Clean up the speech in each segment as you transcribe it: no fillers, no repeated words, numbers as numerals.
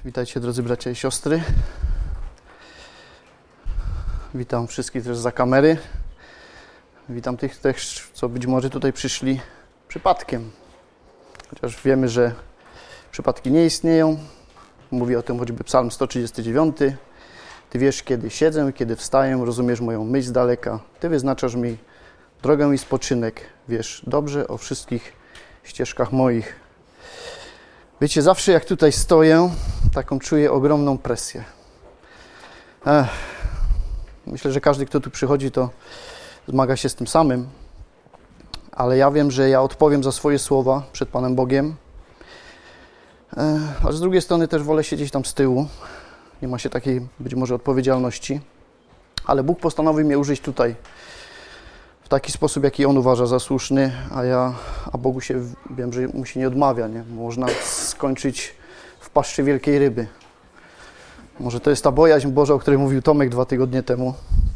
Witajcie, drodzy bracia i siostry. Witam wszystkich też za kamery. Witam tych też, co być może tutaj przyszli przypadkiem. Chociaż wiemy, że przypadki nie istnieją. Mówi o tym choćby Psalm 139. Ty wiesz, kiedy siedzę i kiedy wstaję, rozumiesz moją myśl z daleka. Ty wyznaczasz mi drogę i spoczynek. Wiesz dobrze o wszystkich ścieżkach moich. Wiecie, zawsze jak tutaj stoję, taką czuję ogromną presję. Myślę, że każdy, kto tu przychodzi, to zmaga się z tym samym. Ale ja wiem, że ja odpowiem za swoje słowa przed Panem Bogiem. A z drugiej strony też wolę siedzieć tam z tyłu. Nie ma się takiej być może odpowiedzialności. Ale Bóg postanowił mnie użyć tutaj w taki sposób, jaki On uważa za słuszny, a Bogu wiem, że mu się nie odmawia, nie? Można skończyć w paszczy wielkiej ryby. Może to jest ta bojaźń Boża, o której mówił Tomek 2 tygodnie temu.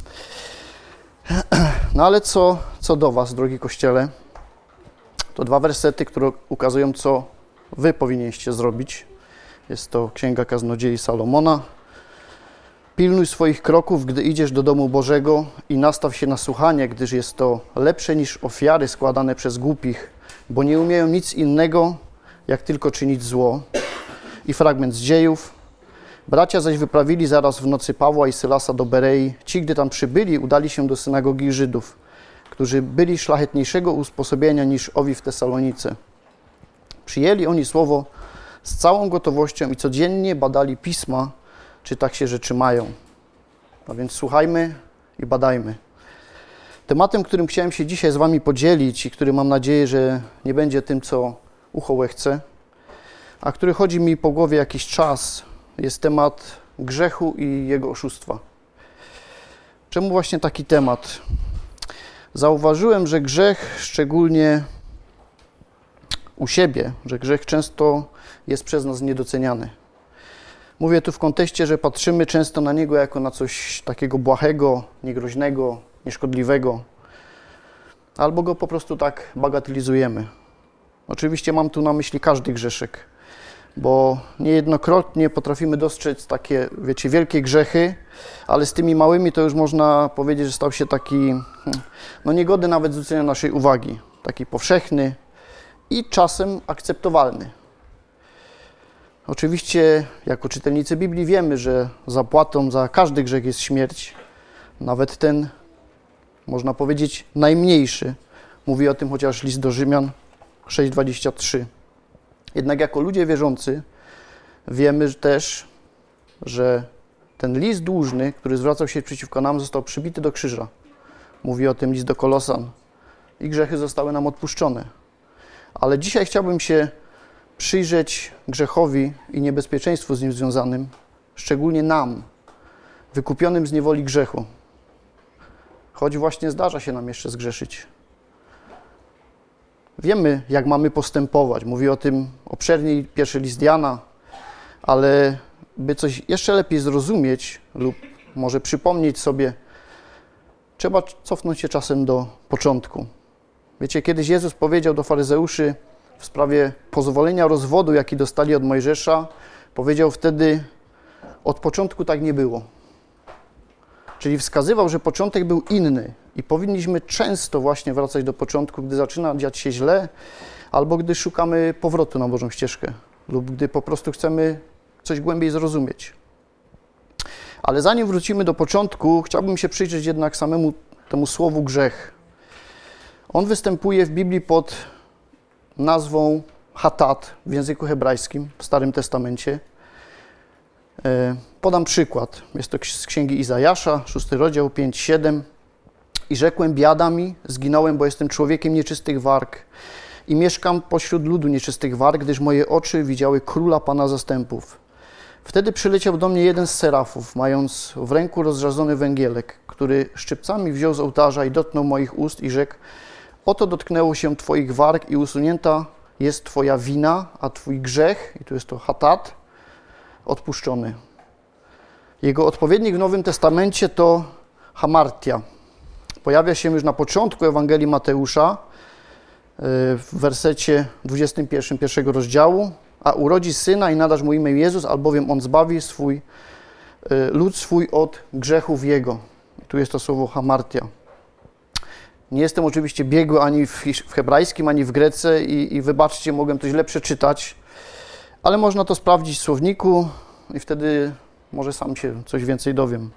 No ale co do was, drogi Kościele, to 2 wersety, które ukazują, co wy powinniście zrobić. Jest to Księga Kaznodziei Salomona. Pilnuj swoich kroków, gdy idziesz do domu Bożego i nastaw się na słuchanie, gdyż jest to lepsze niż ofiary składane przez głupich, bo nie umieją nic innego, jak tylko czynić zło. I fragment z Dziejów. Bracia zaś wyprawili zaraz w nocy Pawła i Sylasa do Berei. Ci, gdy tam przybyli, udali się do synagogi Żydów, którzy byli szlachetniejszego usposobienia niż owi w Tesalonice. Przyjęli oni słowo z całą gotowością i codziennie badali pisma, czy tak się rzeczy mają. A więc słuchajmy i badajmy. Tematem, którym chciałem się dzisiaj z wami podzielić i który mam nadzieję, że nie będzie tym, co ucho łechce, a który chodzi mi po głowie jakiś czas, jest temat grzechu i jego oszustwa. Czemu właśnie taki temat? Zauważyłem, że grzech, szczególnie u siebie, że grzech często jest przez nas niedoceniany. Mówię tu w kontekście, że patrzymy często na niego jako na coś takiego błahego, niegroźnego, nieszkodliwego, albo go po prostu tak bagatelizujemy. Oczywiście mam tu na myśli każdy grzeszek, bo niejednokrotnie potrafimy dostrzec takie, wiecie, wielkie grzechy, ale z tymi małymi to już można powiedzieć, że stał się taki, niegodny nawet zwrócenia naszej uwagi, taki powszechny i czasem akceptowalny. Oczywiście, jako czytelnicy Biblii wiemy, że zapłatą za każdy grzech jest śmierć. Nawet ten, można powiedzieć, najmniejszy. Mówi o tym chociaż list do Rzymian 6:23. Jednak jako ludzie wierzący wiemy też, że ten list dłużny, który zwracał się przeciwko nam, został przybity do krzyża. Mówi o tym list do Kolosan. I grzechy zostały nam odpuszczone. Ale dzisiaj chciałbym się przyjrzeć grzechowi i niebezpieczeństwu z nim związanym, szczególnie nam, wykupionym z niewoli grzechu. Choć właśnie zdarza się nam jeszcze zgrzeszyć. Wiemy, jak mamy postępować. Mówi o tym obszerniej pierwszy list Jana, ale by coś jeszcze lepiej zrozumieć lub może przypomnieć sobie, trzeba cofnąć się czasem do początku. Wiecie, kiedyś Jezus powiedział do faryzeuszy w sprawie pozwolenia rozwodu, jaki dostali od Mojżesza, powiedział wtedy, od początku tak nie było. Czyli wskazywał, że początek był inny i powinniśmy często właśnie wracać do początku, gdy zaczyna dziać się źle, albo gdy szukamy powrotu na Bożą ścieżkę lub gdy po prostu chcemy coś głębiej zrozumieć. Ale zanim wrócimy do początku, chciałbym się przyjrzeć jednak samemu temu słowu grzech. On występuje w Biblii pod nazwą hatat w języku hebrajskim w Starym Testamencie. Podam przykład. Jest to z Księgi Izajasza, 6 rozdział, 5-7. I rzekłem, biada mi, zginąłem, bo jestem człowiekiem nieczystych warg i mieszkam pośród ludu nieczystych warg, gdyż moje oczy widziały Króla Pana Zastępów. Wtedy przyleciał do mnie jeden z serafów, mając w ręku rozżarzony węgielek, który szczypcami wziął z ołtarza i dotknął moich ust i rzekł, oto dotknęło się Twoich warg i usunięta jest Twoja wina, a Twój grzech, i tu jest to hatat, odpuszczony. Jego odpowiednik w Nowym Testamencie to hamartia. Pojawia się już na początku Ewangelii Mateusza w wersecie 21 pierwszego rozdziału, a urodzi syna i nadasz mu imię Jezus, albowiem on zbawi lud swój od grzechów jego. Tu jest to słowo hamartia. Nie jestem oczywiście biegły ani w hebrajskim, ani w grece i wybaczcie, mogłem to źle przeczytać, ale można to sprawdzić w słowniku i wtedy może sam się coś więcej dowiem.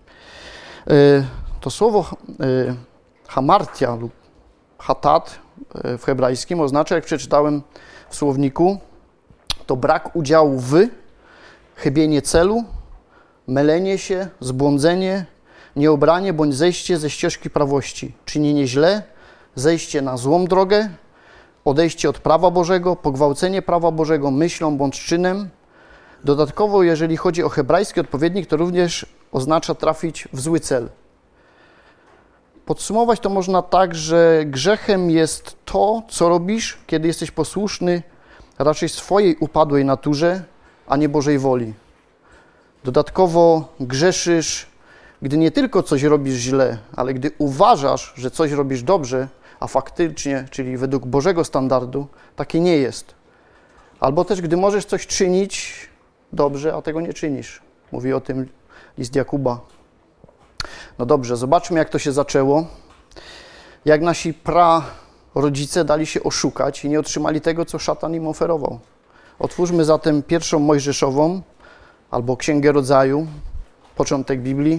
To słowo hamartia lub hatat w hebrajskim oznacza, jak przeczytałem w słowniku, to brak udziału w, chybienie celu, mylenie się, zbłądzenie, nieobranie bądź zejście ze ścieżki prawości, czynienie źle, zejście na złą drogę, odejście od prawa Bożego, pogwałcenie prawa Bożego myślą bądź czynem. Dodatkowo, jeżeli chodzi o hebrajski odpowiednik, to również oznacza trafić w zły cel. Podsumować to można tak, że grzechem jest to, co robisz, kiedy jesteś posłuszny raczej swojej upadłej naturze, a nie Bożej woli. Dodatkowo grzeszysz, gdy nie tylko coś robisz źle, ale gdy uważasz, że coś robisz dobrze, a faktycznie, czyli według Bożego standardu, takie nie jest. Albo też, gdy możesz coś czynić dobrze, a tego nie czynisz. Mówi o tym list Jakuba. No dobrze, zobaczmy, jak to się zaczęło. Jak nasi prarodzice dali się oszukać i nie otrzymali tego, co szatan im oferował. Otwórzmy zatem pierwszą Mojżeszową, albo Księgę Rodzaju, początek Biblii,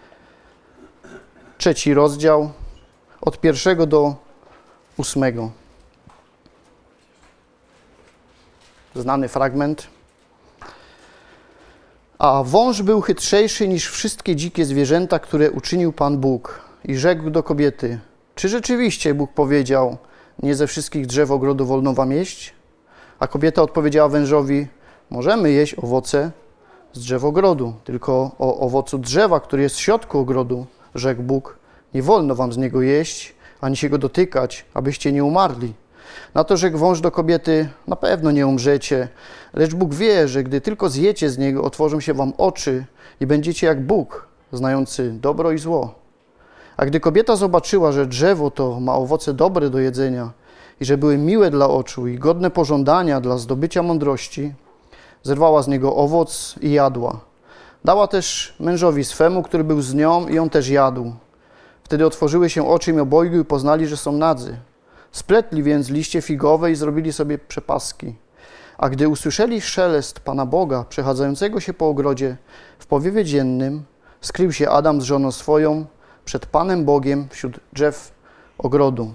3 rozdział, od 1 do 8. Znany fragment. A wąż był chytrzejszy niż wszystkie dzikie zwierzęta, które uczynił Pan Bóg. I rzekł do kobiety, czy rzeczywiście Bóg powiedział, nie ze wszystkich drzew ogrodu wolno wam jeść? A kobieta odpowiedziała wężowi, możemy jeść owoce z drzew ogrodu, tylko o owocu drzewa, który jest w środku ogrodu, rzekł Bóg, nie wolno wam z niego jeść, ani się go dotykać, abyście nie umarli. Na to rzekł wąż do kobiety, na pewno nie umrzecie, lecz Bóg wie, że gdy tylko zjecie z niego, otworzą się wam oczy i będziecie jak Bóg, znający dobro i zło. A gdy kobieta zobaczyła, że drzewo to ma owoce dobre do jedzenia i że były miłe dla oczu i godne pożądania dla zdobycia mądrości, zerwała z niego owoc i jadła. Dała też mężowi swemu, który był z nią i on też jadł. Wtedy otworzyły się oczy im obojgu i poznali, że są nadzy. Spletli więc liście figowe i zrobili sobie przepaski. A gdy usłyszeli szelest Pana Boga przechadzającego się po ogrodzie w powiewie dziennym, skrył się Adam z żoną swoją przed Panem Bogiem wśród drzew ogrodu.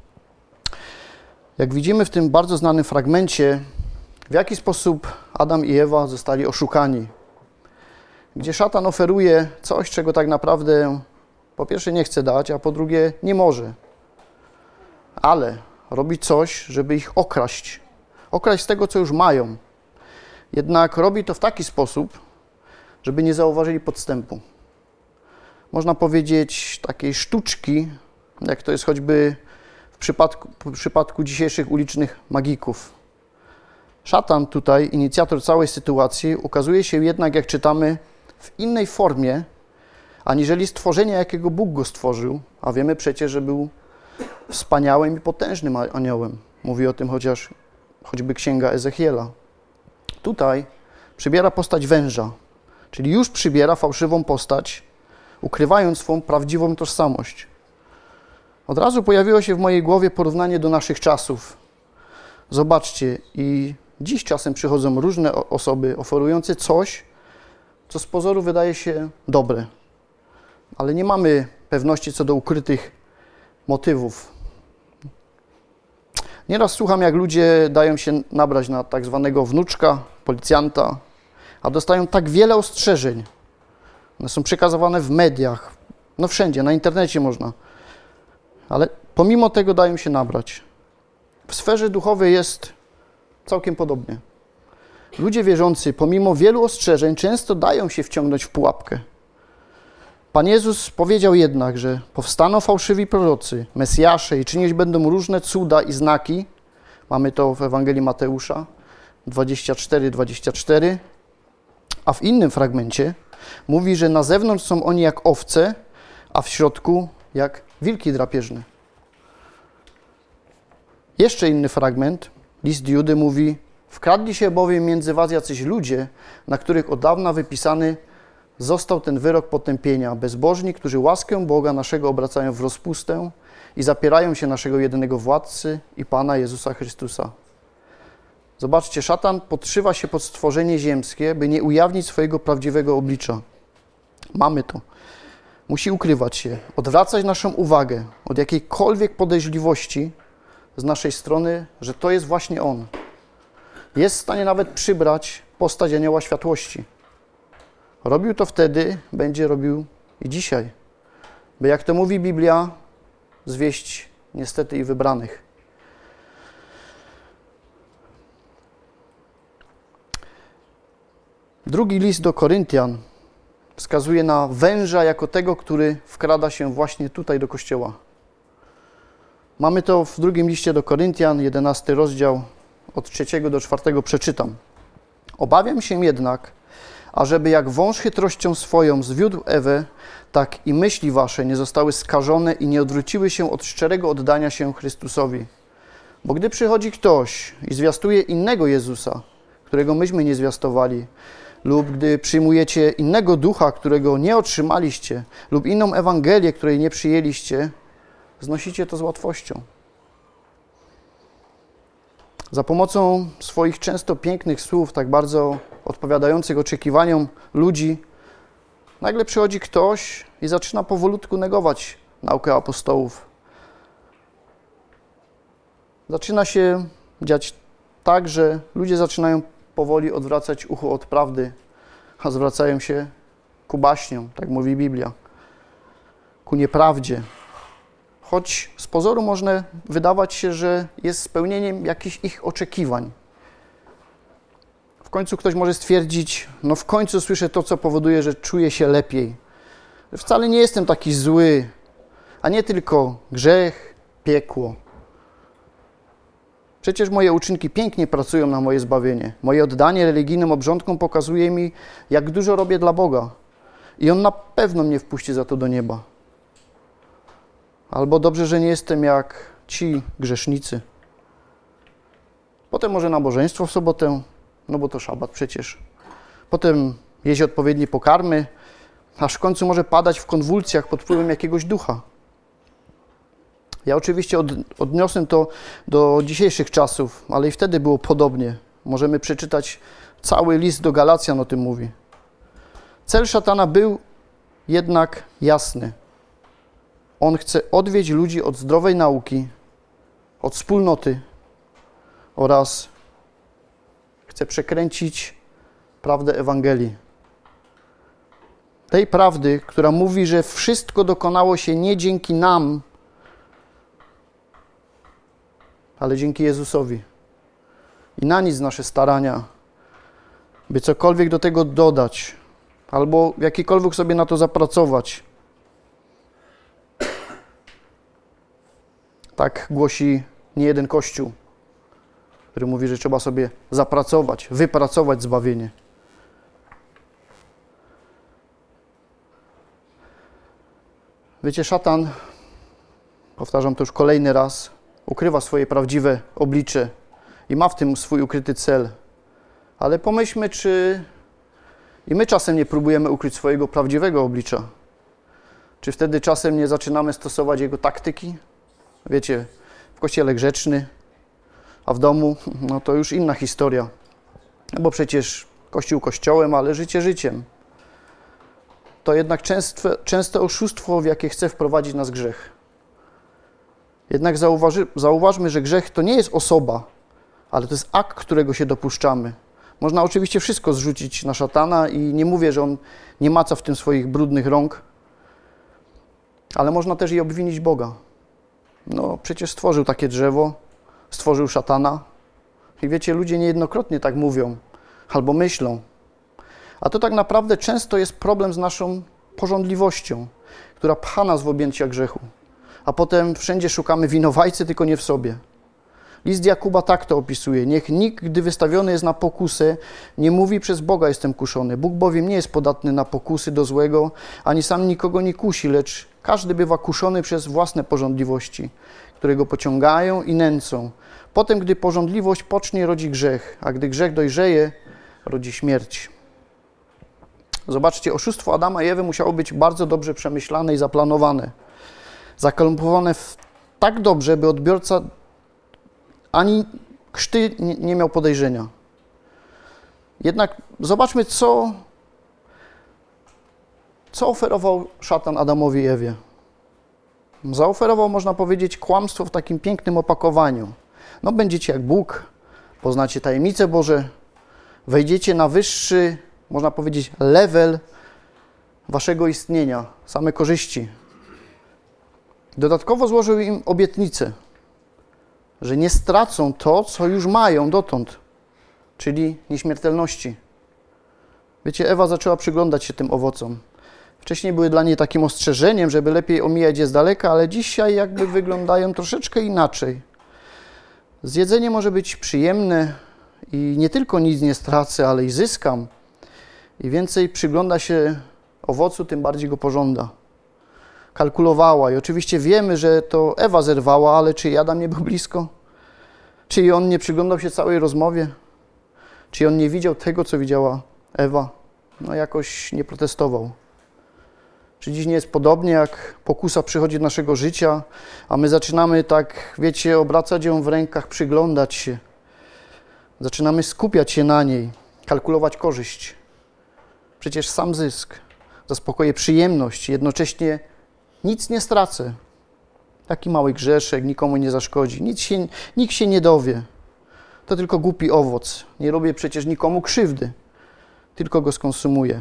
Jak widzimy w tym bardzo znanym fragmencie, w jaki sposób Adam i Ewa zostali oszukani. Gdzie szatan oferuje coś, czego tak naprawdę po pierwsze nie chce dać, a po drugie nie może. Ale robi coś, żeby ich okraść. Okraść z tego, co już mają. Jednak robi to w taki sposób, żeby nie zauważyli podstępu. Można powiedzieć takiej sztuczki, jak to jest choćby w przypadku dzisiejszych ulicznych magików. Szatan tutaj, inicjator całej sytuacji, ukazuje się jednak, jak czytamy, w innej formie, aniżeli stworzenia, jakiego Bóg go stworzył, a wiemy przecież, że był wspaniałym i potężnym aniołem. Mówi o tym choćby Księga Ezechiela. Tutaj przybiera postać węża, czyli już przybiera fałszywą postać, ukrywając swą prawdziwą tożsamość. Od razu pojawiło się w mojej głowie porównanie do naszych czasów. Zobaczcie, i dziś czasem przychodzą różne osoby oferujące coś, co z pozoru wydaje się dobre, ale nie mamy pewności co do ukrytych motywów. Nieraz słucham, jak ludzie dają się nabrać na tak zwanego wnuczka, policjanta, a dostają tak wiele ostrzeżeń. One są przekazywane w mediach, no wszędzie, na internecie można. Ale pomimo tego dają się nabrać. W sferze duchowej jest całkiem podobnie. Ludzie wierzący, pomimo wielu ostrzeżeń, często dają się wciągnąć w pułapkę. Pan Jezus powiedział jednak, że powstaną fałszywi prorocy, Mesjasze i czynić będą różne cuda i znaki. Mamy to w Ewangelii Mateusza 24:24. A w innym fragmencie mówi, że na zewnątrz są oni jak owce, a w środku jak wilki drapieżne. Jeszcze inny fragment, list Judy mówi, Wkradli się bowiem między was jacyś ludzie, na których od dawna wypisany został ten wyrok potępienia, bezbożni, którzy łaskę Boga naszego obracają w rozpustę i zapierają się naszego jedynego władcy i Pana Jezusa Chrystusa. Zobaczcie, szatan podszywa się pod stworzenie ziemskie, by nie ujawnić swojego prawdziwego oblicza. Mamy to. Musi ukrywać się, odwracać naszą uwagę od jakiejkolwiek podejrzliwości z naszej strony, że to jest właśnie on. Jest w stanie nawet przybrać postać anioła światłości. Robił to wtedy, będzie robił i dzisiaj. By, jak to mówi Biblia, zwieść niestety i wybranych. Drugi list do Koryntian wskazuje na węża jako tego, który wkrada się właśnie tutaj do Kościoła. Mamy to w drugim liście do Koryntian, 11 rozdział, od 3 do 4 przeczytam. Obawiam się jednak, ażeby jak wąż chytrością swoją zwiódł Ewę, tak i myśli wasze nie zostały skażone i nie odwróciły się od szczerego oddania się Chrystusowi. Bo gdy przychodzi ktoś i zwiastuje innego Jezusa, którego myśmy nie zwiastowali, lub gdy przyjmujecie innego ducha, którego nie otrzymaliście, lub inną Ewangelię, której nie przyjęliście, znosicie to z łatwością. Za pomocą swoich często pięknych słów, tak bardzo odpowiadających oczekiwaniom ludzi, nagle przychodzi ktoś i zaczyna powolutku negować naukę apostołów. Zaczyna się dziać tak, że ludzie zaczynają powoli odwracać ucho od prawdy, a zwracają się ku baśniom, tak mówi Biblia, ku nieprawdzie. Choć z pozoru można wydawać się, że jest spełnieniem jakichś ich oczekiwań. W końcu ktoś może stwierdzić, no w końcu słyszę to, co powoduje, że czuję się lepiej. Wcale nie jestem taki zły, a nie tylko grzech, piekło. Przecież moje uczynki pięknie pracują na moje zbawienie. Moje oddanie religijnym obrządkom pokazuje mi, jak dużo robię dla Boga. I On na pewno mnie wpuści za to do nieba. Albo dobrze, że nie jestem jak ci grzesznicy. Potem może nabożeństwo w sobotę, no bo to szabat przecież. Potem jeść odpowiednie pokarmy, aż w końcu może padać w konwulsjach pod wpływem jakiegoś ducha. Ja oczywiście odniosę to do dzisiejszych czasów, ale i wtedy było podobnie. Możemy przeczytać cały list do Galacjan, o tym mówi. Cel szatana był jednak jasny. On chce odwieść ludzi od zdrowej nauki, od wspólnoty oraz chce przekręcić prawdę Ewangelii. Tej prawdy, która mówi, że wszystko dokonało się nie dzięki nam, ale dzięki Jezusowi. I na nic nasze starania, by cokolwiek do tego dodać, albo w jakikolwiek sobie na to zapracować. Tak głosi niejeden Kościół, który mówi, że trzeba sobie zapracować, wypracować zbawienie. Wiecie, szatan, powtarzam to już kolejny raz, ukrywa swoje prawdziwe oblicze i ma w tym swój ukryty cel. Ale pomyślmy, czy i my czasem nie próbujemy ukryć swojego prawdziwego oblicza. Czy wtedy czasem nie zaczynamy stosować jego taktyki? Wiecie, w kościele grzeczny, a w domu, no to już inna historia. Bo przecież kościół kościołem, ale życie życiem. To jednak częste oszustwo, w jakie chce wprowadzić nas grzech. Jednak zauważmy, że grzech to nie jest osoba, ale to jest akt, którego się dopuszczamy. Można oczywiście wszystko zrzucić na szatana i nie mówię, że on nie maca w tym swoich brudnych rąk, ale można też i obwinić Boga. No przecież stworzył takie drzewo, stworzył szatana i wiecie, ludzie niejednokrotnie tak mówią albo myślą. A to tak naprawdę często jest problem z naszą pożądliwością, która pcha nas w objęcia grzechu. A potem wszędzie szukamy winowajcy, tylko nie w sobie. List Jakuba tak to opisuje. Niech nikt, gdy wystawiony jest na pokusę, nie mówi przez Boga jestem kuszony. Bóg bowiem nie jest podatny na pokusy do złego, ani sam nikogo nie kusi, lecz każdy bywa kuszony przez własne pożądliwości. które go pociągają i nęcą. Potem, gdy pożądliwość pocznie, rodzi grzech, a gdy grzech dojrzeje, rodzi śmierć. Zobaczcie, oszustwo Adama i Ewy musiało być bardzo dobrze przemyślane i zaplanowane. Zakalkulowane tak dobrze, by odbiorca ani krzty nie miał podejrzenia. Jednak zobaczmy, co oferował szatan Adamowi i Ewie. Zaoferował, można powiedzieć, kłamstwo w takim pięknym opakowaniu. No, będziecie jak Bóg, poznacie tajemnice Boże, wejdziecie na wyższy, można powiedzieć, level waszego istnienia, same korzyści. Dodatkowo złożył im obietnicę, że nie stracą to, co już mają dotąd, czyli nieśmiertelności. Wiecie, Ewa zaczęła przyglądać się tym owocom. Wcześniej były dla niej takim ostrzeżeniem, żeby lepiej omijać je z daleka, ale dzisiaj jakby wyglądają troszeczkę inaczej. Zjedzenie może być przyjemne i nie tylko nic nie stracę, ale i zyskam. I więcej przygląda się owocu, tym bardziej go pożąda. Kalkulowała i oczywiście wiemy, że to Ewa zerwała, ale czy Adam nie był blisko? Czy on nie przyglądał się całej rozmowie? Czy on nie widział tego, co widziała Ewa? No jakoś nie protestował. Czy dziś nie jest podobnie, jak pokusa przychodzi do naszego życia, a my zaczynamy tak, wiecie, obracać ją w rękach, przyglądać się. Zaczynamy skupiać się na niej, kalkulować korzyść. Przecież sam zysk, zaspokoję przyjemność, jednocześnie nic nie stracę. Taki mały grzeszek, nikomu nie zaszkodzi, nikt się nie dowie. To tylko głupi owoc. Nie robię przecież nikomu krzywdy, tylko go skonsumuję.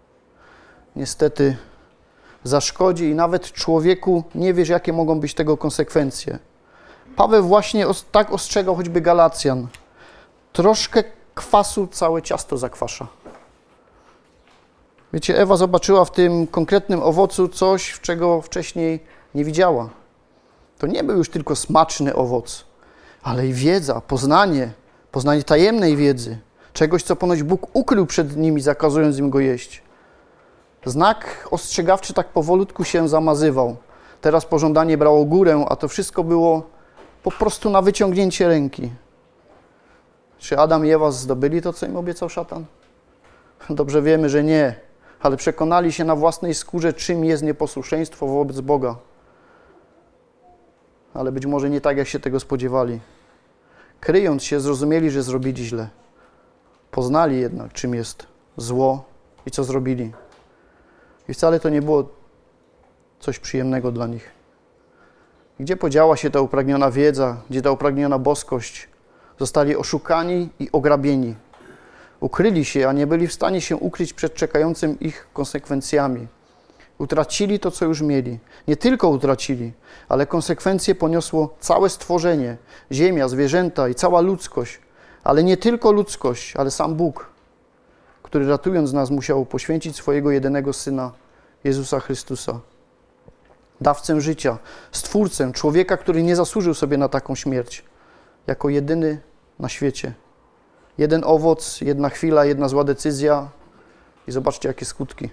Niestety zaszkodzi i nawet człowieku nie wiesz, jakie mogą być tego konsekwencje. Paweł właśnie tak ostrzegał choćby Galacjan. Troszkę kwasu całe ciasto zakwasza. Wiecie, Ewa zobaczyła w tym konkretnym owocu coś, czego wcześniej nie widziała. To nie był już tylko smaczny owoc, ale i wiedza, poznanie tajemnej wiedzy, czegoś, co ponoć Bóg ukrył przed nimi, zakazując im go jeść. Znak ostrzegawczy tak powolutku się zamazywał. Teraz pożądanie brało górę, a to wszystko było po prostu na wyciągnięcie ręki. Czy Adam i Ewa zdobyli to, co im obiecał szatan? Dobrze wiemy, że nie, ale przekonali się na własnej skórze, czym jest nieposłuszeństwo wobec Boga. Ale być może nie tak, jak się tego spodziewali. Kryjąc się, zrozumieli, że zrobili źle. Poznali jednak, czym jest zło i co zrobili. I wcale to nie było coś przyjemnego dla nich. Gdzie podziała się ta upragniona wiedza, gdzie ta upragniona boskość? Zostali oszukani i ograbieni. Ukryli się, a nie byli w stanie się ukryć przed czekającymi ich konsekwencjami. Utracili to, co już mieli. Nie tylko utracili, ale konsekwencje poniosło całe stworzenie, ziemia, zwierzęta i cała ludzkość. Ale nie tylko ludzkość, ale sam Bóg, który ratując nas musiał poświęcić swojego jedynego Syna, Jezusa Chrystusa. Dawcę życia, Stwórcę, człowieka, który nie zasłużył sobie na taką śmierć, jako jedyny na świecie. Jeden owoc, jedna chwila, jedna zła decyzja i zobaczcie, jakie skutki.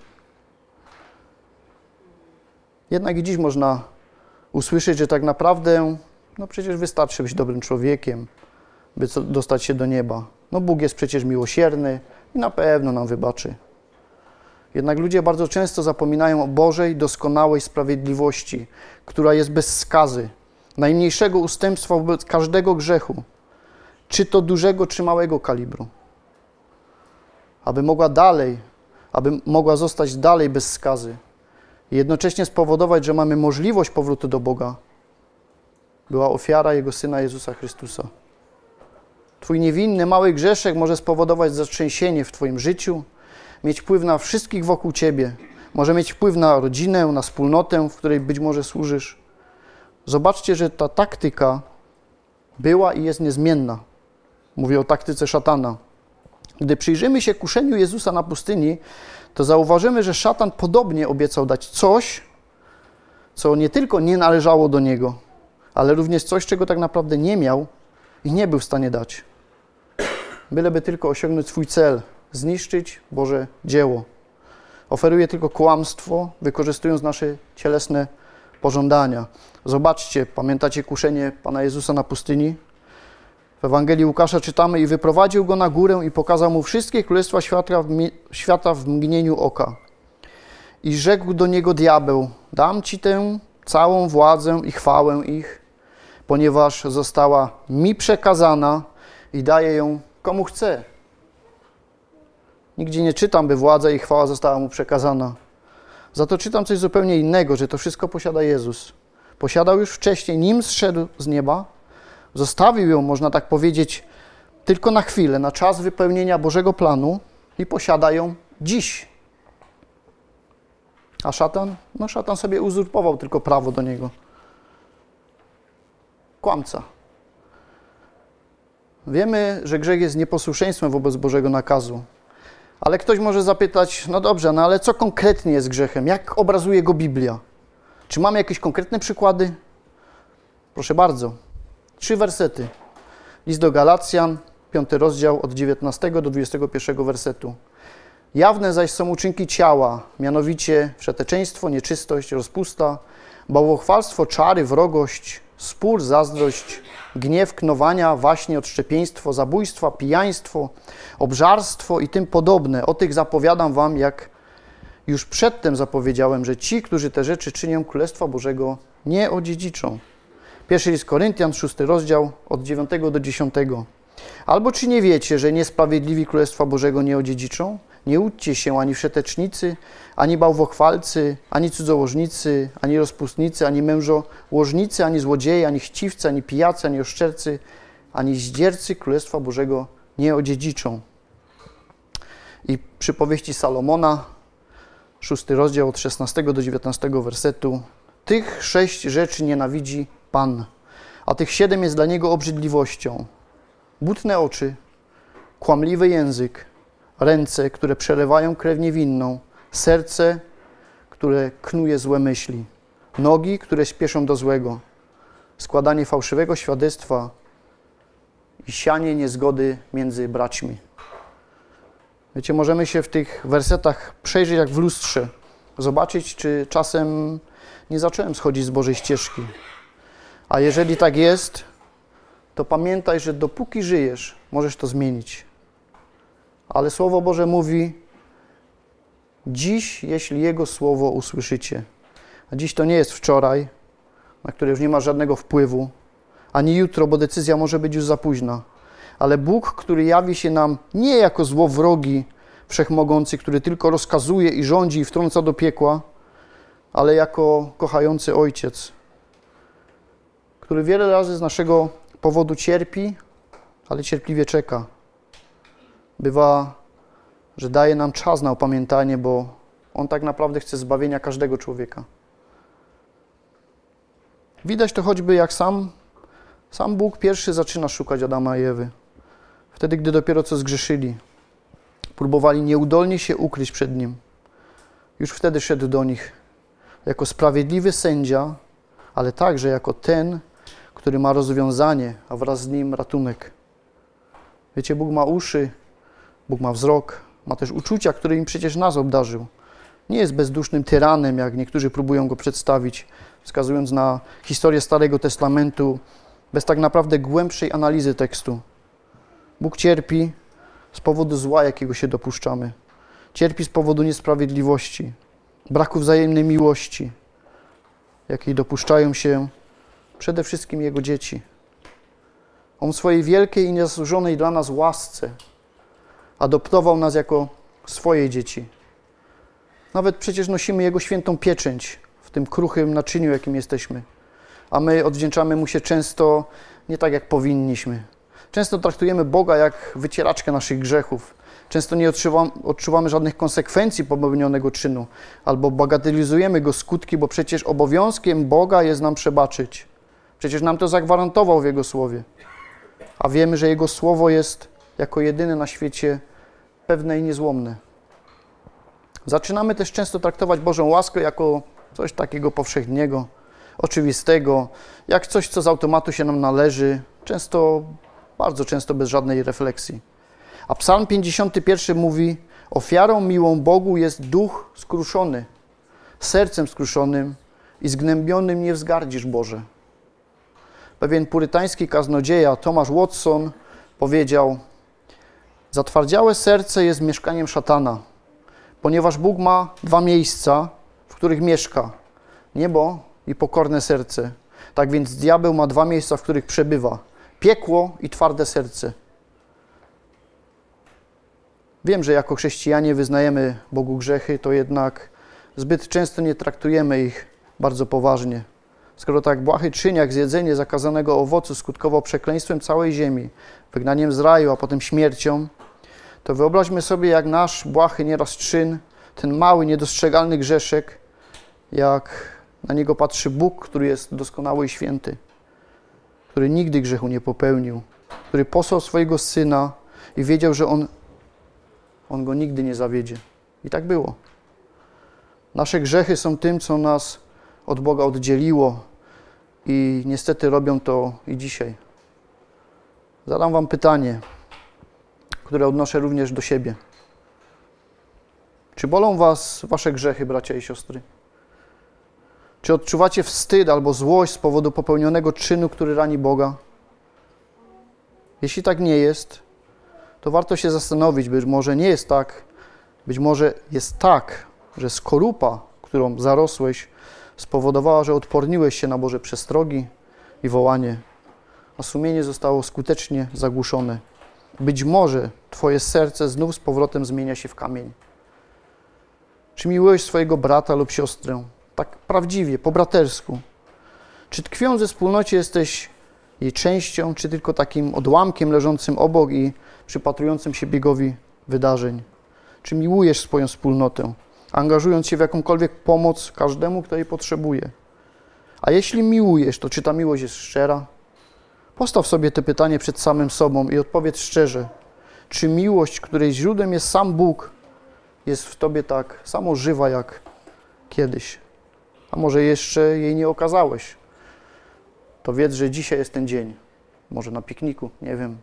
Jednak i dziś można usłyszeć, że tak naprawdę, no przecież wystarczy być dobrym człowiekiem, by dostać się do nieba. No Bóg jest przecież miłosierny i na pewno nam wybaczy. Jednak ludzie bardzo często zapominają o Bożej, doskonałej sprawiedliwości, która jest bez skazy, najmniejszego ustępstwa wobec każdego grzechu, czy to dużego, czy małego kalibru. Aby mogła zostać dalej bez skazy i jednocześnie spowodować, że mamy możliwość powrotu do Boga, była ofiara Jego Syna Jezusa Chrystusa. Twój niewinny, mały grzeszek może spowodować zatrzęsienie w Twoim życiu, mieć wpływ na wszystkich wokół Ciebie, może mieć wpływ na rodzinę, na wspólnotę, w której być może służysz. Zobaczcie, że ta taktyka była i jest niezmienna. Mówię o taktyce szatana. Gdy przyjrzymy się kuszeniu Jezusa na pustyni, to zauważymy, że szatan podobnie obiecał dać coś, co nie tylko nie należało do niego, ale również coś, czego tak naprawdę nie miał i nie był w stanie dać. Byleby tylko osiągnąć swój cel, zniszczyć Boże dzieło. Oferuje tylko kłamstwo, wykorzystując nasze cielesne pożądania. Zobaczcie, pamiętacie kuszenie Pana Jezusa na pustyni? W Ewangelii Łukasza czytamy: i wyprowadził go na górę i pokazał mu wszystkie królestwa świata w mgnieniu oka. I rzekł do niego diabeł: dam ci tę całą władzę i chwałę ich, ponieważ została mi przekazana i daję ją komu chcę. Nigdzie nie czytam, by władza i chwała została mu przekazana. Za to czytam coś zupełnie innego, że to wszystko posiada Jezus. Posiadał już wcześniej, nim zszedł z nieba, zostawił ją, można tak powiedzieć, tylko na chwilę, na czas wypełnienia Bożego planu i posiada ją dziś. A szatan? No szatan sobie uzurpował tylko prawo do niego. Kłamca. Wiemy, że grzech jest nieposłuszeństwem wobec Bożego nakazu. Ale ktoś może zapytać, no dobrze, no ale co konkretnie jest grzechem? Jak obrazuje go Biblia? Czy mamy jakieś konkretne przykłady? Proszę bardzo. 3 wersety. List do Galacjan, 5 rozdział, od 19 do 21 wersetu. Jawne zaś są uczynki ciała, mianowicie wszeteczeństwo, nieczystość, rozpusta, bałwochwalstwo, czary, wrogość, spór, zazdrość, gniew, knowania, waśnie, odszczepieństwo, zabójstwa, pijaństwo, obżarstwo i tym podobne. O tych zapowiadam wam, jak już przedtem zapowiedziałem, że ci, którzy te rzeczy czynią, Królestwa Bożego nie odziedziczą. 1 list Koryntian, 6 rozdział, od 9 do 10. Albo czy nie wiecie, że niesprawiedliwi Królestwa Bożego nie odziedziczą? Nie łudźcie się ani wszetecznicy, ani bałwochwalcy, ani cudzołożnicy, ani rozpustnicy, ani mężołożnicy, ani złodzieje, ani chciwcy, ani pijacy, ani oszczercy, ani zdziercy Królestwa Bożego nie odziedziczą. I przypowieści Salomona, 6 rozdział od 16 do 19 wersetu. Tych 6 rzeczy nienawidzi Pan, a tych 7 jest dla Niego obrzydliwością. Butne oczy, kłamliwy język, ręce, które przelewają krew niewinną, serce, które knuje złe myśli, nogi, które śpieszą do złego, składanie fałszywego świadectwa i sianie niezgody między braćmi. Wiecie, możemy się w tych wersetach przejrzeć jak w lustrze, zobaczyć, czy czasem nie zacząłem schodzić z Bożej ścieżki. A jeżeli tak jest, to pamiętaj, że dopóki żyjesz, możesz to zmienić. Ale Słowo Boże mówi: dziś, jeśli Jego Słowo usłyszycie. A dziś to nie jest wczoraj, na które już nie ma żadnego wpływu, ani jutro, bo decyzja może być już za późna. Ale Bóg, który jawi się nam nie jako złowrogi wszechmogący, który tylko rozkazuje i rządzi i wtrąca do piekła, ale jako kochający Ojciec, który wiele razy z naszego powodu cierpi, ale cierpliwie czeka. Bywa, że daje nam czas na opamiętanie, bo On tak naprawdę chce zbawienia każdego człowieka. Widać to choćby jak sam Bóg pierwszy zaczyna szukać Adama i Ewy. Wtedy, gdy dopiero co zgrzeszyli. Próbowali nieudolnie się ukryć przed Nim. Już wtedy szedł do nich jako sprawiedliwy sędzia, ale także jako ten, który ma rozwiązanie, a wraz z Nim ratunek. Wiecie, Bóg ma uszy, Bóg ma wzrok, ma też uczucia, którymi przecież nas obdarzył. Nie jest bezdusznym tyranem, jak niektórzy próbują Go przedstawić, wskazując na historię Starego Testamentu, bez tak naprawdę głębszej analizy tekstu. Bóg cierpi z powodu zła, jakiego się dopuszczamy. Cierpi z powodu niesprawiedliwości, braku wzajemnej miłości, jakiej dopuszczają się przede wszystkim Jego dzieci. On w swojej wielkiej i niezasłużonej dla nas łasce adoptował nas jako swoje dzieci. Nawet przecież nosimy Jego świętą pieczęć w tym kruchym naczyniu, jakim jesteśmy. A my odwdzięczamy Mu się często nie tak, jak powinniśmy. Często traktujemy Boga jak wycieraczkę naszych grzechów. Często nie odczuwamy żadnych konsekwencji popełnionego czynu, albo bagatelizujemy Go skutki, bo przecież obowiązkiem Boga jest nam przebaczyć. Przecież nam to zagwarantował w Jego Słowie. A wiemy, że Jego Słowo jest jako jedyne na świecie pewne i niezłomne. Zaczynamy też często traktować Bożą łaskę jako coś takiego powszechnego, oczywistego, jak coś, co z automatu się nam należy, bardzo często bez żadnej refleksji. A Psalm 51 mówi: ofiarą miłą Bogu jest duch skruszony, sercem skruszonym i zgnębionym nie wzgardzisz, Boże. Pewien purytański kaznodzieja Thomas Watson powiedział: zatwardziałe serce jest mieszkaniem szatana, ponieważ Bóg ma 2 miejsca, w których mieszka: niebo i pokorne serce. Tak więc diabeł ma 2 miejsca, w których przebywa: piekło i twarde serce. Wiem, że jako chrześcijanie wyznajemy Bogu grzechy, to jednak zbyt często nie traktujemy ich bardzo poważnie. Skoro tak błahy czyn jak zjedzenie zakazanego owocu skutkował przekleństwem całej ziemi, wygnaniem z raju, a potem śmiercią, to wyobraźmy sobie, jak nasz błahy nieraz czyn, ten mały, niedostrzegalny grzeszek, jak na niego patrzy Bóg, który jest doskonały i święty, który nigdy grzechu nie popełnił, który posłał swojego Syna i wiedział, że On go nigdy nie zawiedzie. I tak było. Nasze grzechy są tym, co nas od Boga oddzieliło i niestety robią to i dzisiaj. Zadam wam pytanie, które odnoszę również do siebie. Czy bolą was wasze grzechy, bracia i siostry? Czy odczuwacie wstyd albo złość z powodu popełnionego czynu, który rani Boga? Jeśli tak nie jest, to warto się zastanowić, być może nie jest tak, być może jest tak, że skorupa, którą zarosłeś, spowodowała, że odporniłeś się na Boże przestrogi i wołanie, a sumienie zostało skutecznie zagłuszone. Być może twoje serce znów z powrotem zmienia się w kamień. Czy miłujesz swojego brata lub siostrę tak prawdziwie, po bratersku? Czy tkwiąc ze wspólnocie jesteś jej częścią, czy tylko takim odłamkiem leżącym obok i przypatrującym się biegowi wydarzeń? Czy miłujesz swoją wspólnotę, angażując się w jakąkolwiek pomoc każdemu, kto jej potrzebuje? A jeśli miłujesz, to czy ta miłość jest szczera? Postaw sobie to pytanie przed samym sobą i odpowiedz szczerze. Czy miłość, której źródłem jest sam Bóg, jest w tobie tak samo żywa jak kiedyś? A może jeszcze jej nie okazałeś? To wiedz, że dzisiaj jest ten dzień. Może na pikniku, nie wiem.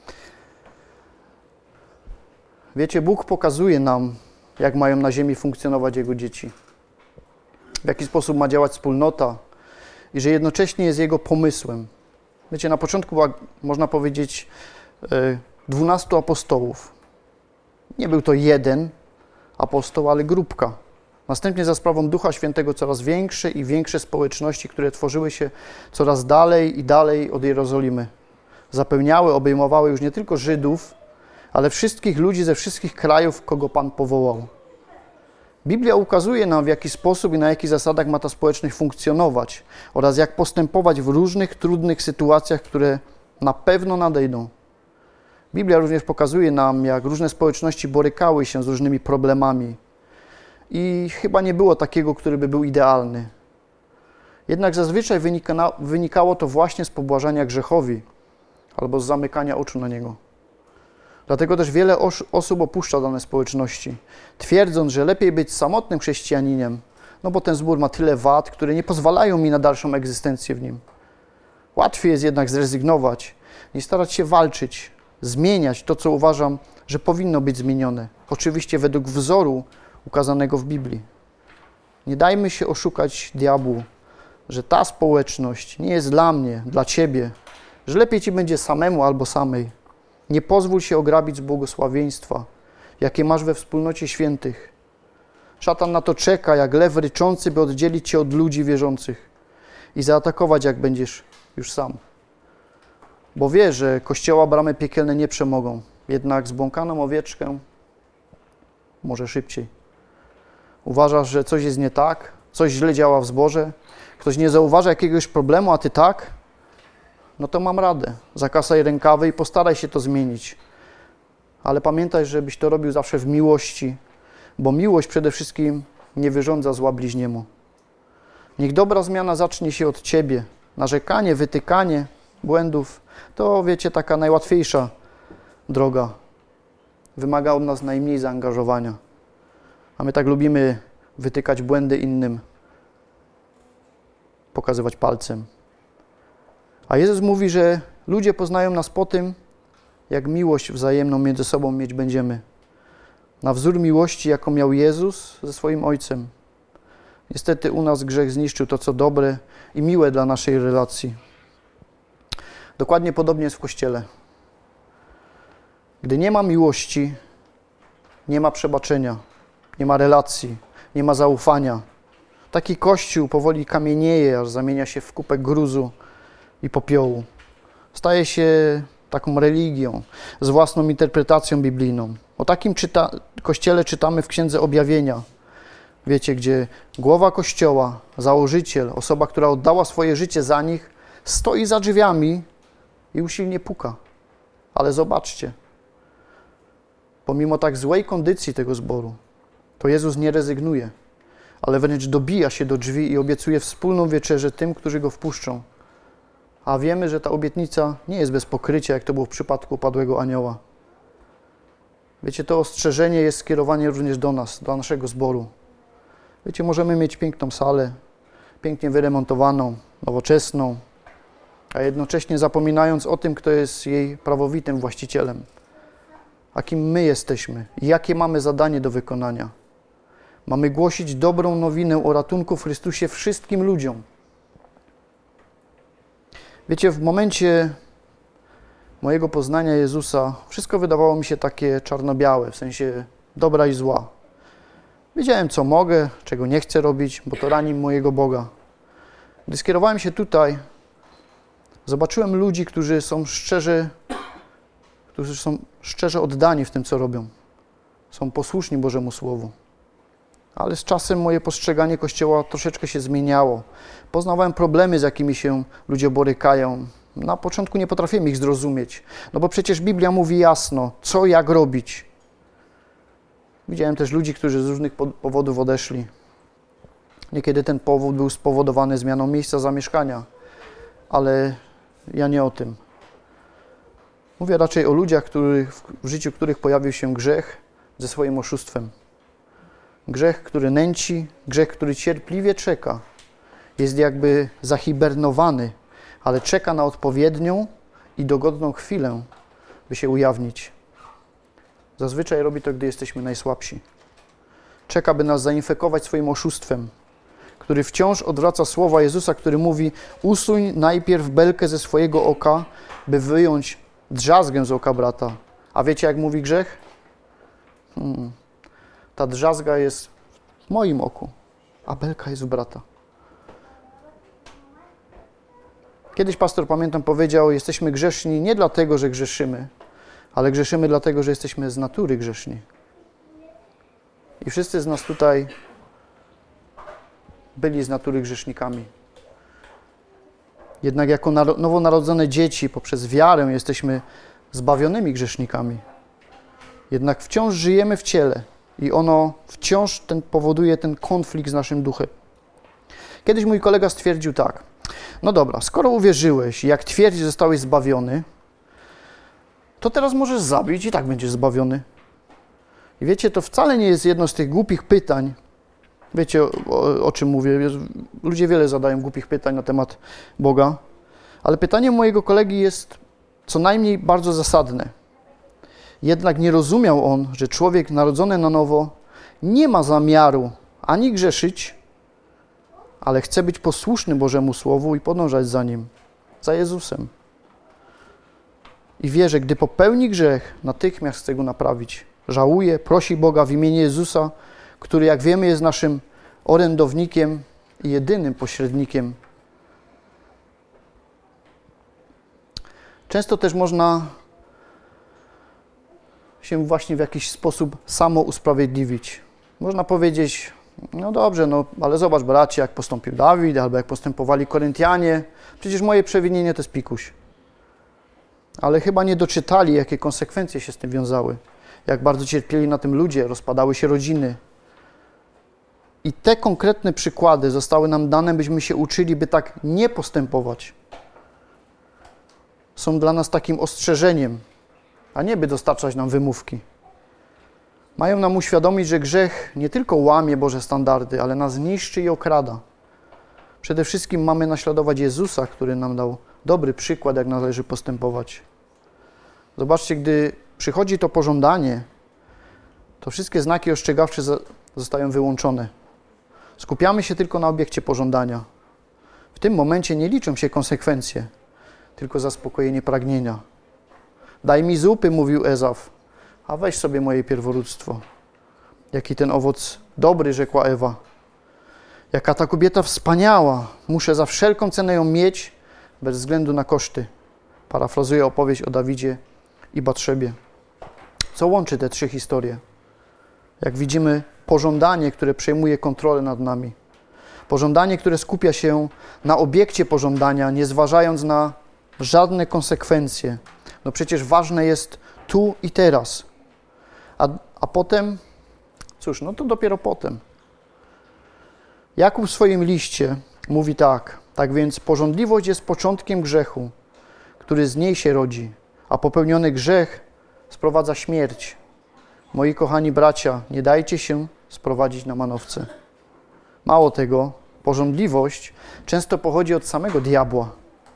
Wiecie, Bóg pokazuje nam, jak mają na ziemi funkcjonować Jego dzieci. W jaki sposób ma działać wspólnota i że jednocześnie jest Jego pomysłem. Wiecie, na początku była, można powiedzieć, 12 apostołów. Nie był to jeden apostoł, ale grupka. Następnie za sprawą Ducha Świętego coraz większe i większe społeczności, które tworzyły się coraz dalej i dalej od Jerozolimy. Zapełniały, obejmowały już nie tylko Żydów, ale wszystkich ludzi ze wszystkich krajów, kogo Pan powołał. Biblia ukazuje nam, w jaki sposób i na jakich zasadach ma ta społeczność funkcjonować oraz jak postępować w różnych trudnych sytuacjach, które na pewno nadejdą. Biblia również pokazuje nam, jak różne społeczności borykały się z różnymi problemami i chyba nie było takiego, który by był idealny. Jednak zazwyczaj wynikało to właśnie z pobłażania grzechowi albo z zamykania oczu na niego. Dlatego też wiele osób opuszcza dane społeczności, twierdząc, że lepiej być samotnym chrześcijaninem, no bo ten zbór ma tyle wad, które nie pozwalają mi na dalszą egzystencję w nim. Łatwiej jest jednak zrezygnować, niż starać się walczyć, zmieniać to, co uważam, że powinno być zmienione. Oczywiście według wzoru ukazanego w Biblii. Nie dajmy się oszukać diabłu, że ta społeczność nie jest dla mnie, dla ciebie, że lepiej ci będzie samemu albo samej. Nie pozwól się ograbić z błogosławieństwa, jakie masz we wspólnocie świętych. Szatan na to czeka, jak lew ryczący, by oddzielić cię od ludzi wierzących i zaatakować, jak będziesz już sam. Bo wie, że Kościoła bramy piekielne nie przemogą, jednak zbłąkaną owieczkę może szybciej. Uważasz, że coś jest nie tak, coś źle działa w zborze, ktoś nie zauważa jakiegoś problemu, a ty tak? No to mam radę. Zakasaj rękawy i postaraj się to zmienić. Ale pamiętaj, żebyś to robił zawsze w miłości, bo miłość przede wszystkim nie wyrządza zła bliźniemu. Niech dobra zmiana zacznie się od ciebie. Narzekanie, wytykanie błędów to, wiecie, taka najłatwiejsza droga. Wymaga od nas najmniej zaangażowania. A my tak lubimy wytykać błędy innym, pokazywać palcem. A Jezus mówi, że ludzie poznają nas po tym, jak miłość wzajemną między sobą mieć będziemy. Na wzór miłości, jaką miał Jezus ze swoim Ojcem. Niestety u nas grzech zniszczył to, co dobre i miłe dla naszej relacji. Dokładnie podobnie jest w Kościele. Gdy nie ma miłości, nie ma przebaczenia, nie ma relacji, nie ma zaufania. Taki Kościół powoli kamienieje, aż zamienia się w kupę gruzu i popiołu. Staje się taką religią, z własną interpretacją biblijną. O takim Kościele czytamy w Księdze Objawienia. Wiecie, gdzie głowa Kościoła, założyciel, osoba, która oddała swoje życie za nich, stoi za drzwiami i usilnie puka. Ale zobaczcie, pomimo tak złej kondycji tego zboru, to Jezus nie rezygnuje, ale wręcz dobija się do drzwi i obiecuje wspólną wieczerzę tym, którzy Go wpuszczą. A wiemy, że ta obietnica nie jest bez pokrycia, jak to było w przypadku upadłego anioła. Wiecie, to ostrzeżenie jest skierowane również do nas, do naszego zboru. Wiecie, możemy mieć piękną salę, pięknie wyremontowaną, nowoczesną, a jednocześnie zapominając o tym, kto jest jej prawowitym właścicielem. A kim my jesteśmy i jakie mamy zadanie do wykonania. Mamy głosić dobrą nowinę o ratunku w Chrystusie wszystkim ludziom. Wiecie, w momencie mojego poznania Jezusa wszystko wydawało mi się takie czarno-białe, w sensie dobra i zła. Wiedziałem, co mogę, czego nie chcę robić, bo to rani mojego Boga. Gdy skierowałem się tutaj, zobaczyłem ludzi, którzy są szczerze oddani w tym, co robią. Są posłuszni Bożemu Słowu. Ale z czasem moje postrzeganie Kościoła troszeczkę się zmieniało. Poznawałem problemy, z jakimi się ludzie borykają. Na początku nie potrafiłem ich zrozumieć. No bo przecież Biblia mówi jasno, co, jak robić. Widziałem też ludzi, którzy z różnych powodów odeszli. Niekiedy ten powód był spowodowany zmianą miejsca zamieszkania. Ale ja nie o tym. Mówię raczej o ludziach, w życiu których pojawił się grzech ze swoim oszustwem. Grzech, który nęci, grzech, który cierpliwie czeka. Jest jakby zahibernowany, ale czeka na odpowiednią i dogodną chwilę, by się ujawnić. Zazwyczaj robi to, gdy jesteśmy najsłabsi. Czeka, by nas zainfekować swoim oszustwem, który wciąż odwraca słowa Jezusa, który mówi: usuń najpierw belkę ze swojego oka, by wyjąć drzazgę z oka brata. A wiecie, jak mówi grzech? Ta drzazga jest w moim oku, a belka jest w brata. Kiedyś pastor, pamiętam, powiedział: jesteśmy grzeszni nie dlatego, że grzeszymy, ale grzeszymy dlatego, że jesteśmy z natury grzeszni. I wszyscy z nas tutaj byli z natury grzesznikami. Jednak jako nowonarodzone dzieci poprzez wiarę jesteśmy zbawionymi grzesznikami. Jednak wciąż żyjemy w ciele i ono wciąż powoduje ten konflikt z naszym duchem. Kiedyś mój kolega stwierdził tak: no dobra, skoro uwierzyłeś i jak twierdzisz, zostałeś zbawiony, to teraz możesz zabić i tak będziesz zbawiony. I wiecie, to wcale nie jest jedno z tych głupich pytań. Wiecie, o czym mówię. Ludzie wiele zadają głupich pytań na temat Boga, ale pytanie mojego kolegi jest co najmniej bardzo zasadne. Jednak nie rozumiał on, że człowiek narodzony na nowo nie ma zamiaru ani grzeszyć, ale chce być posłuszny Bożemu Słowu i podążać za Nim, za Jezusem. I wie, że gdy popełni grzech, natychmiast chce go naprawić. Żałuje, prosi Boga w imieniu Jezusa, który, jak wiemy, jest naszym orędownikiem i jedynym pośrednikiem. Często też można się właśnie w jakiś sposób samo usprawiedliwić. Można powiedzieć: no dobrze, no ale zobacz, bracie, jak postąpił Dawid, albo jak postępowali Koryntianie. Przecież moje przewinienie to jest pikuś. Ale chyba nie doczytali, jakie konsekwencje się z tym wiązały. Jak bardzo cierpieli na tym ludzie, rozpadały się rodziny. I te konkretne przykłady zostały nam dane, byśmy się uczyli, by tak nie postępować. Są dla nas takim ostrzeżeniem, a nie by dostarczać nam wymówki. Mają nam uświadomić, że grzech nie tylko łamie Boże standardy, ale nas niszczy i okrada. Przede wszystkim mamy naśladować Jezusa, który nam dał dobry przykład, jak należy postępować. Zobaczcie, gdy przychodzi to pożądanie, to wszystkie znaki ostrzegawcze zostają wyłączone. Skupiamy się tylko na obiekcie pożądania. W tym momencie nie liczą się konsekwencje, tylko zaspokojenie pragnienia. Daj mi zupy, mówił Ezaf, a weź sobie moje pierworództwo. Jaki ten owoc dobry, rzekła Ewa. Jaka ta kobieta wspaniała, muszę za wszelką cenę ją mieć, bez względu na koszty. Parafrazuję opowieść o Dawidzie i Batrzebie. Co łączy te trzy historie? Jak widzimy, pożądanie, które przejmuje kontrolę nad nami. Pożądanie, które skupia się na obiekcie pożądania, nie zważając na żadne konsekwencje. No przecież ważne jest tu i teraz. A potem, cóż, no to dopiero potem. Jakub w swoim liście mówi tak więc pożądliwość jest początkiem grzechu, który z niej się rodzi, a popełniony grzech sprowadza śmierć. Moi kochani bracia, nie dajcie się sprowadzić na manowce. Mało tego, pożądliwość często pochodzi od samego diabła.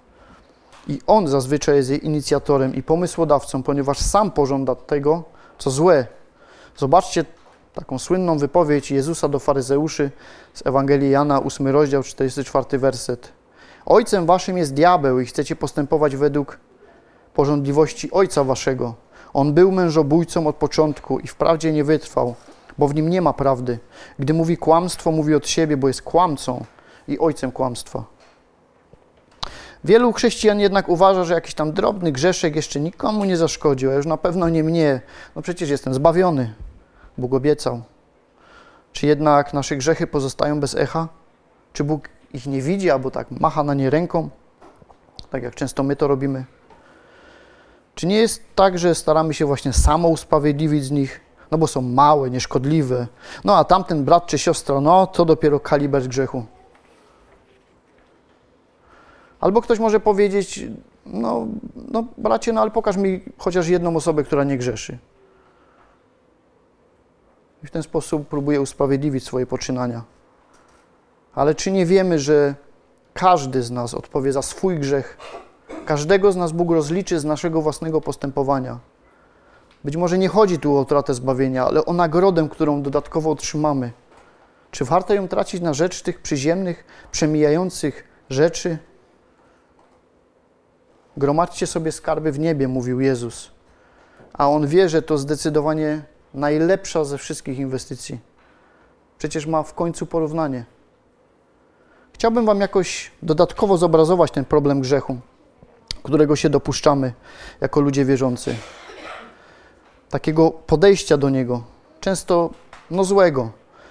I on zazwyczaj jest jej inicjatorem i pomysłodawcą, ponieważ sam pożąda tego, co złe. Zobaczcie taką słynną wypowiedź Jezusa do faryzeuszy z Ewangelii Jana, 8 rozdział, 44 werset. Ojcem waszym jest diabeł i chcecie postępować według pożądliwości ojca waszego. On był mężobójcą od początku i wprawdzie nie wytrwał, bo w nim nie ma prawdy. Gdy mówi kłamstwo, mówi od siebie, bo jest kłamcą i ojcem kłamstwa. Wielu chrześcijan jednak uważa, że jakiś tam drobny grzeszek jeszcze nikomu nie zaszkodził, a już na pewno nie mnie. No przecież jestem zbawiony. Bóg obiecał. Czy jednak nasze grzechy pozostają bez echa? Czy Bóg ich nie widzi albo tak macha na nie ręką? Tak jak często my to robimy. Czy nie jest tak, że staramy się właśnie samo usprawiedliwić z nich? No bo są małe, nieszkodliwe. No a tamten brat czy siostra, no to dopiero kaliber grzechu. Albo ktoś może powiedzieć, no bracie, no ale pokaż mi chociaż jedną osobę, która nie grzeszy. I w ten sposób próbuje usprawiedliwić swoje poczynania. Ale czy nie wiemy, że każdy z nas odpowie za swój grzech? Każdego z nas Bóg rozliczy z naszego własnego postępowania. Być może nie chodzi tu o utratę zbawienia, ale o nagrodę, którą dodatkowo otrzymamy. Czy warto ją tracić na rzecz tych przyziemnych, przemijających rzeczy? Gromadźcie sobie skarby w niebie, mówił Jezus. A On wie, że to zdecydowanie najlepsza ze wszystkich inwestycji. Przecież ma w końcu porównanie. Chciałbym wam jakoś dodatkowo zobrazować ten problem grzechu, którego się dopuszczamy jako ludzie wierzący. Takiego podejścia do niego, często złego.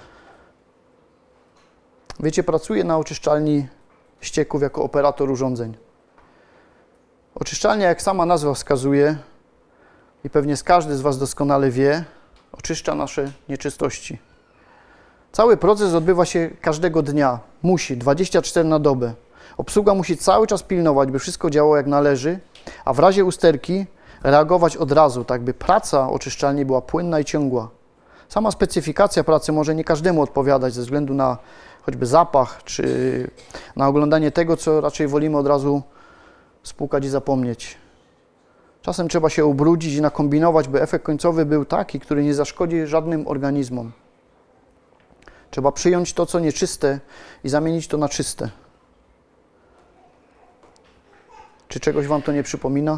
Wiecie, pracuję na oczyszczalni ścieków jako operator urządzeń. Oczyszczalnia, jak sama nazwa wskazuje, i pewnie każdy z was doskonale wie, oczyszcza nasze nieczystości. Cały proces odbywa się każdego dnia. Musi, 24 na dobę. Obsługa musi cały czas pilnować, by wszystko działało jak należy, a w razie usterki reagować od razu, tak by praca oczyszczalni była płynna i ciągła. Sama specyfikacja pracy może nie każdemu odpowiadać ze względu na choćby zapach, czy na oglądanie tego, co raczej wolimy od razu spłukać i zapomnieć. Czasem trzeba się ubrudzić i nakombinować, by efekt końcowy był taki, który nie zaszkodzi żadnym organizmom. Trzeba przyjąć to, co nieczyste i zamienić to na czyste. Czy czegoś wam to nie przypomina?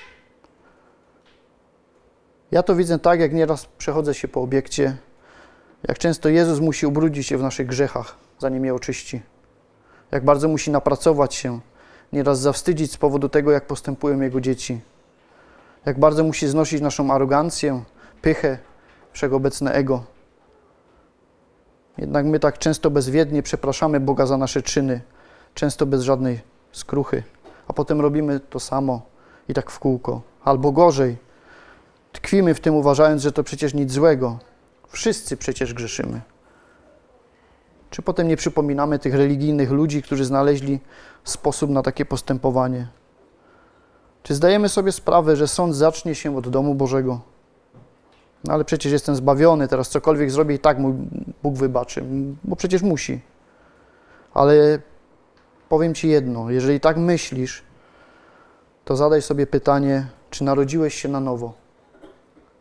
Ja to widzę tak, jak nieraz przechodzę się po obiekcie, jak często Jezus musi ubrudzić się w naszych grzechach, zanim je oczyści. Jak bardzo musi napracować się, nieraz zawstydzić z powodu tego, jak postępują Jego dzieci. Jak bardzo musi znosić naszą arogancję, pychę, wszechobecne ego. Jednak my tak często bezwiednie przepraszamy Boga za nasze czyny, często bez żadnej skruchy, a potem robimy to samo i tak w kółko. Albo gorzej, tkwimy w tym, uważając, że to przecież nic złego. Wszyscy przecież grzeszymy. Czy potem nie przypominamy tych religijnych ludzi, którzy znaleźli sposób na takie postępowanie? Czy zdajemy sobie sprawę, że sąd zacznie się od domu Bożego? No ale przecież jestem zbawiony, teraz cokolwiek zrobię i tak mój Bóg wybaczy, bo przecież musi. Ale powiem Ci jedno, jeżeli tak myślisz, to zadaj sobie pytanie, czy narodziłeś się na nowo?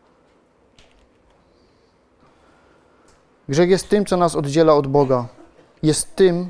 Grzech jest tym, co nas oddziela od Boga. jest tym,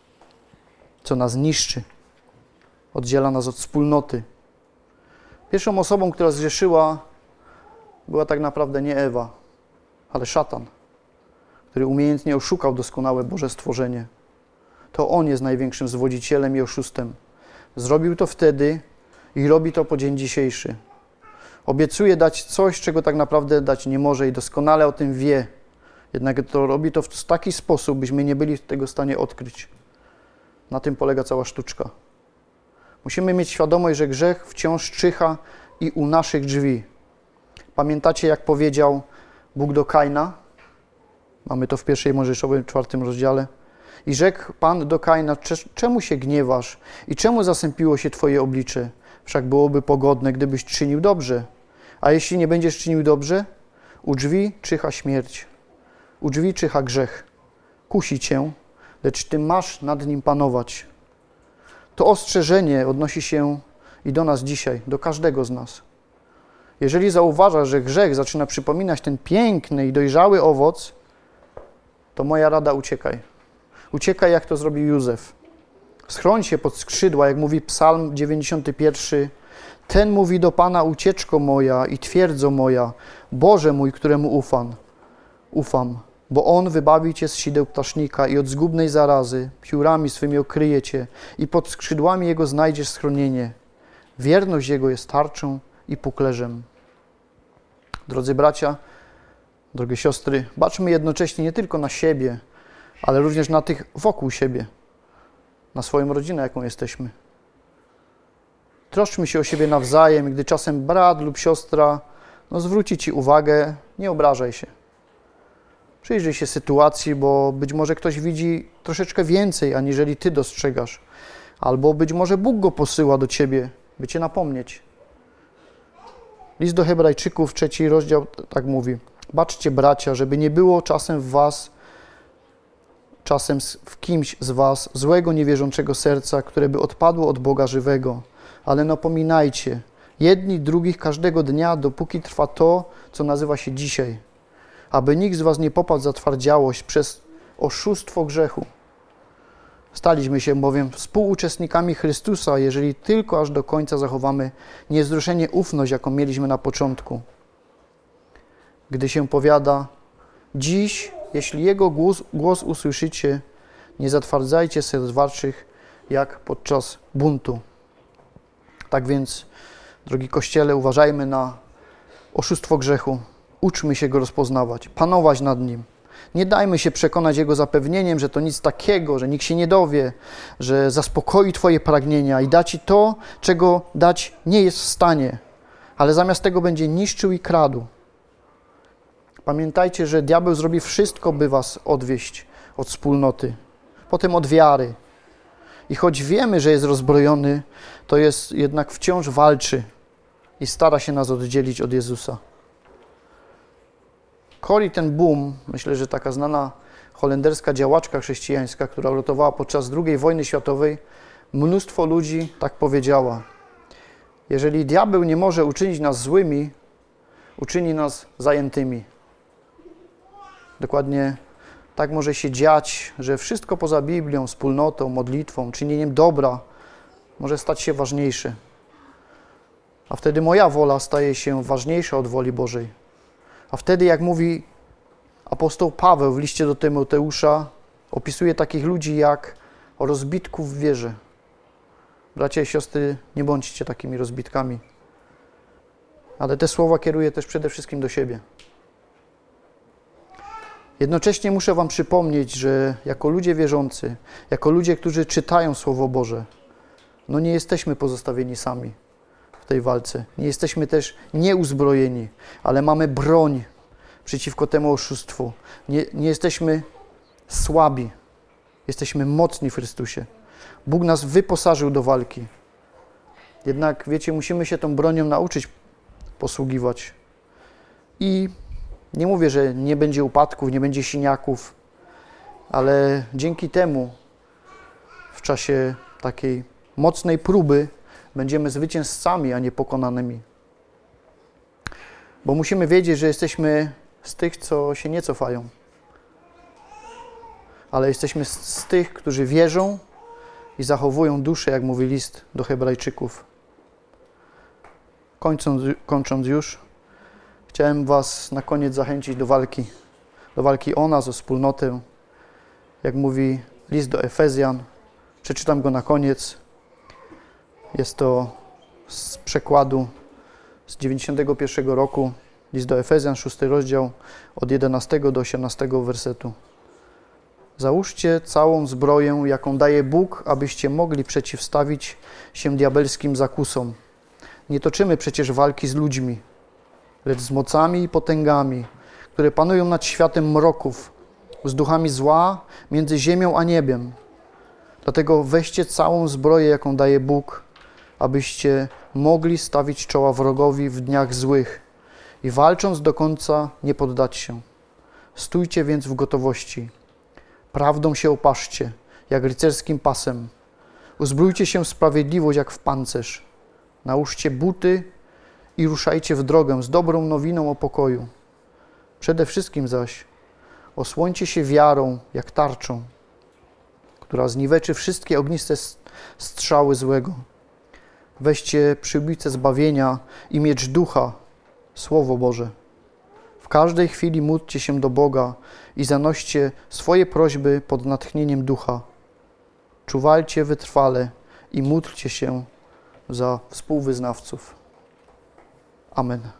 co nas niszczy, oddziela nas od wspólnoty. Pierwszą osobą, która zgrzeszyła, była tak naprawdę nie Ewa, ale szatan, który umiejętnie oszukał doskonałe Boże stworzenie. To on jest największym zwodzicielem i oszustem. Zrobił to wtedy i robi to po dzień dzisiejszy. Obiecuje dać coś, czego tak naprawdę dać nie może i doskonale o tym wie. Jednak to robi to w taki sposób, byśmy nie byli tego w stanie odkryć. Na tym polega cała sztuczka. Musimy mieć świadomość, że grzech wciąż czyha i u naszych drzwi. Pamiętacie, jak powiedział Bóg do Kaina? Mamy to w 1 Mojżeszowym 4 rozdziale. I rzekł Pan do Kaina, czemu się gniewasz i czemu zasępiło się Twoje oblicze? Wszak byłoby pogodne, gdybyś czynił dobrze. A jeśli nie będziesz czynił dobrze, u drzwi czyha śmierć, u drzwi czyha grzech. Kusi Cię, lecz Ty masz nad nim panować. To ostrzeżenie odnosi się i do nas dzisiaj, do każdego z nas. Jeżeli zauważasz, że grzech zaczyna przypominać ten piękny i dojrzały owoc, to moja rada, uciekaj. Uciekaj, jak to zrobił Józef. Schroń się pod skrzydła, jak mówi Psalm 91. Ten mówi do Pana, ucieczko moja i twierdzo moja, Boże mój, któremu ufam, bo On wybawi Cię z sideł ptasznika i od zgubnej zarazy, piórami swymi okryje Cię i pod skrzydłami Jego znajdziesz schronienie. Wierność Jego jest tarczą i puklerzem. Drodzy bracia, drogie siostry, baczmy jednocześnie nie tylko na siebie, ale również na tych wokół siebie, na swoją rodzinę, jaką jesteśmy. Troszczmy się o siebie nawzajem, gdy czasem brat lub siostra zwróci Ci uwagę, nie obrażaj się. Przyjrzyj się sytuacji, bo być może ktoś widzi troszeczkę więcej, aniżeli Ty dostrzegasz. Albo być może Bóg go posyła do Ciebie, by Cię napomnieć. List do Hebrajczyków, 3 rozdział, tak mówi. Baczcie, bracia, żeby nie było czasem w kimś z was złego, niewierzącego serca, które by odpadło od Boga żywego. Ale napominajcie, jedni drugich każdego dnia, dopóki trwa to, co nazywa się dzisiaj. Aby nikt z was nie popadł za zatwardziałość przez oszustwo grzechu. Staliśmy się bowiem współuczestnikami Chrystusa, jeżeli tylko aż do końca zachowamy niewzruszenie ufność, jaką mieliśmy na początku. Gdy się powiada, dziś, jeśli Jego głos usłyszycie, nie zatwardzajcie serc waszych, jak podczas buntu. Tak więc, drogi Kościele, uważajmy na oszustwo grzechu. Uczmy się go rozpoznawać, panować nad nim. Nie dajmy się przekonać jego zapewnieniem, że to nic takiego, że nikt się nie dowie, że zaspokoi Twoje pragnienia i da Ci to, czego dać nie jest w stanie, ale zamiast tego będzie niszczył i kradł. Pamiętajcie, że diabeł zrobi wszystko, by was odwieść od wspólnoty, potem od wiary. I choć wiemy, że jest rozbrojony, to jest jednak wciąż walczy i stara się nas oddzielić od Jezusa. Corrie ten Boom, myślę, że taka znana holenderska działaczka chrześcijańska, która uratowała podczas II wojny światowej, mnóstwo ludzi tak powiedziała. Jeżeli diabeł nie może uczynić nas złymi, uczyni nas zajętymi. Dokładnie tak może się dziać, że wszystko poza Biblią, wspólnotą, modlitwą, czynieniem dobra może stać się ważniejsze. A wtedy moja wola staje się ważniejsza od woli Bożej. A wtedy, jak mówi apostoł Paweł w liście do Tymoteusza, opisuje takich ludzi jak rozbitków w wierze. Bracia i siostry, nie bądźcie takimi rozbitkami. Ale te słowa kieruję też przede wszystkim do siebie. Jednocześnie muszę wam przypomnieć, że jako ludzie wierzący, jako ludzie, którzy czytają Słowo Boże, nie jesteśmy pozostawieni sami w tej walce. Nie jesteśmy też nieuzbrojeni, ale mamy broń przeciwko temu oszustwu. Nie jesteśmy słabi, jesteśmy mocni w Chrystusie. Bóg nas wyposażył do walki. Jednak, wiecie, musimy się tą bronią nauczyć posługiwać. I nie mówię, że nie będzie upadków, nie będzie siniaków, ale dzięki temu w czasie takiej mocnej próby będziemy zwycięzcami, a nie pokonanymi. Bo musimy wiedzieć, że jesteśmy z tych, co się nie cofają. ale jesteśmy z tych, którzy wierzą i zachowują duszę, jak mówi list do Hebrajczyków. Kończąc już, chciałem Was na koniec zachęcić do walki o nas, o wspólnotę. Jak mówi list do Efezjan, przeczytam go na koniec. Jest to z przekładu z 91 roku, list do Efezjan, 6 rozdział, od 11 do 18 wersetu. Załóżcie całą zbroję, jaką daje Bóg, abyście mogli przeciwstawić się diabelskim zakusom. Nie toczymy przecież walki z ludźmi, lecz z mocami i potęgami, które panują nad światem mroków, z duchami zła między ziemią a niebem. Dlatego weźcie całą zbroję, jaką daje Bóg, abyście mogli stawić czoła wrogowi w dniach złych i walcząc do końca nie poddać się. Stójcie więc w gotowości. Prawdą się opaszcie, jak rycerskim pasem. Uzbrójcie się w sprawiedliwość, jak w pancerz. Nałóżcie buty i ruszajcie w drogę z dobrą nowiną o pokoju. Przede wszystkim zaś osłońcie się wiarą, jak tarczą, która zniweczy wszystkie ogniste strzały złego. Weźcie przybójce zbawienia i miecz ducha, Słowo Boże. W każdej chwili módlcie się do Boga i zanoście swoje prośby pod natchnieniem ducha. Czuwajcie wytrwale i módlcie się za współwyznawców. Amen.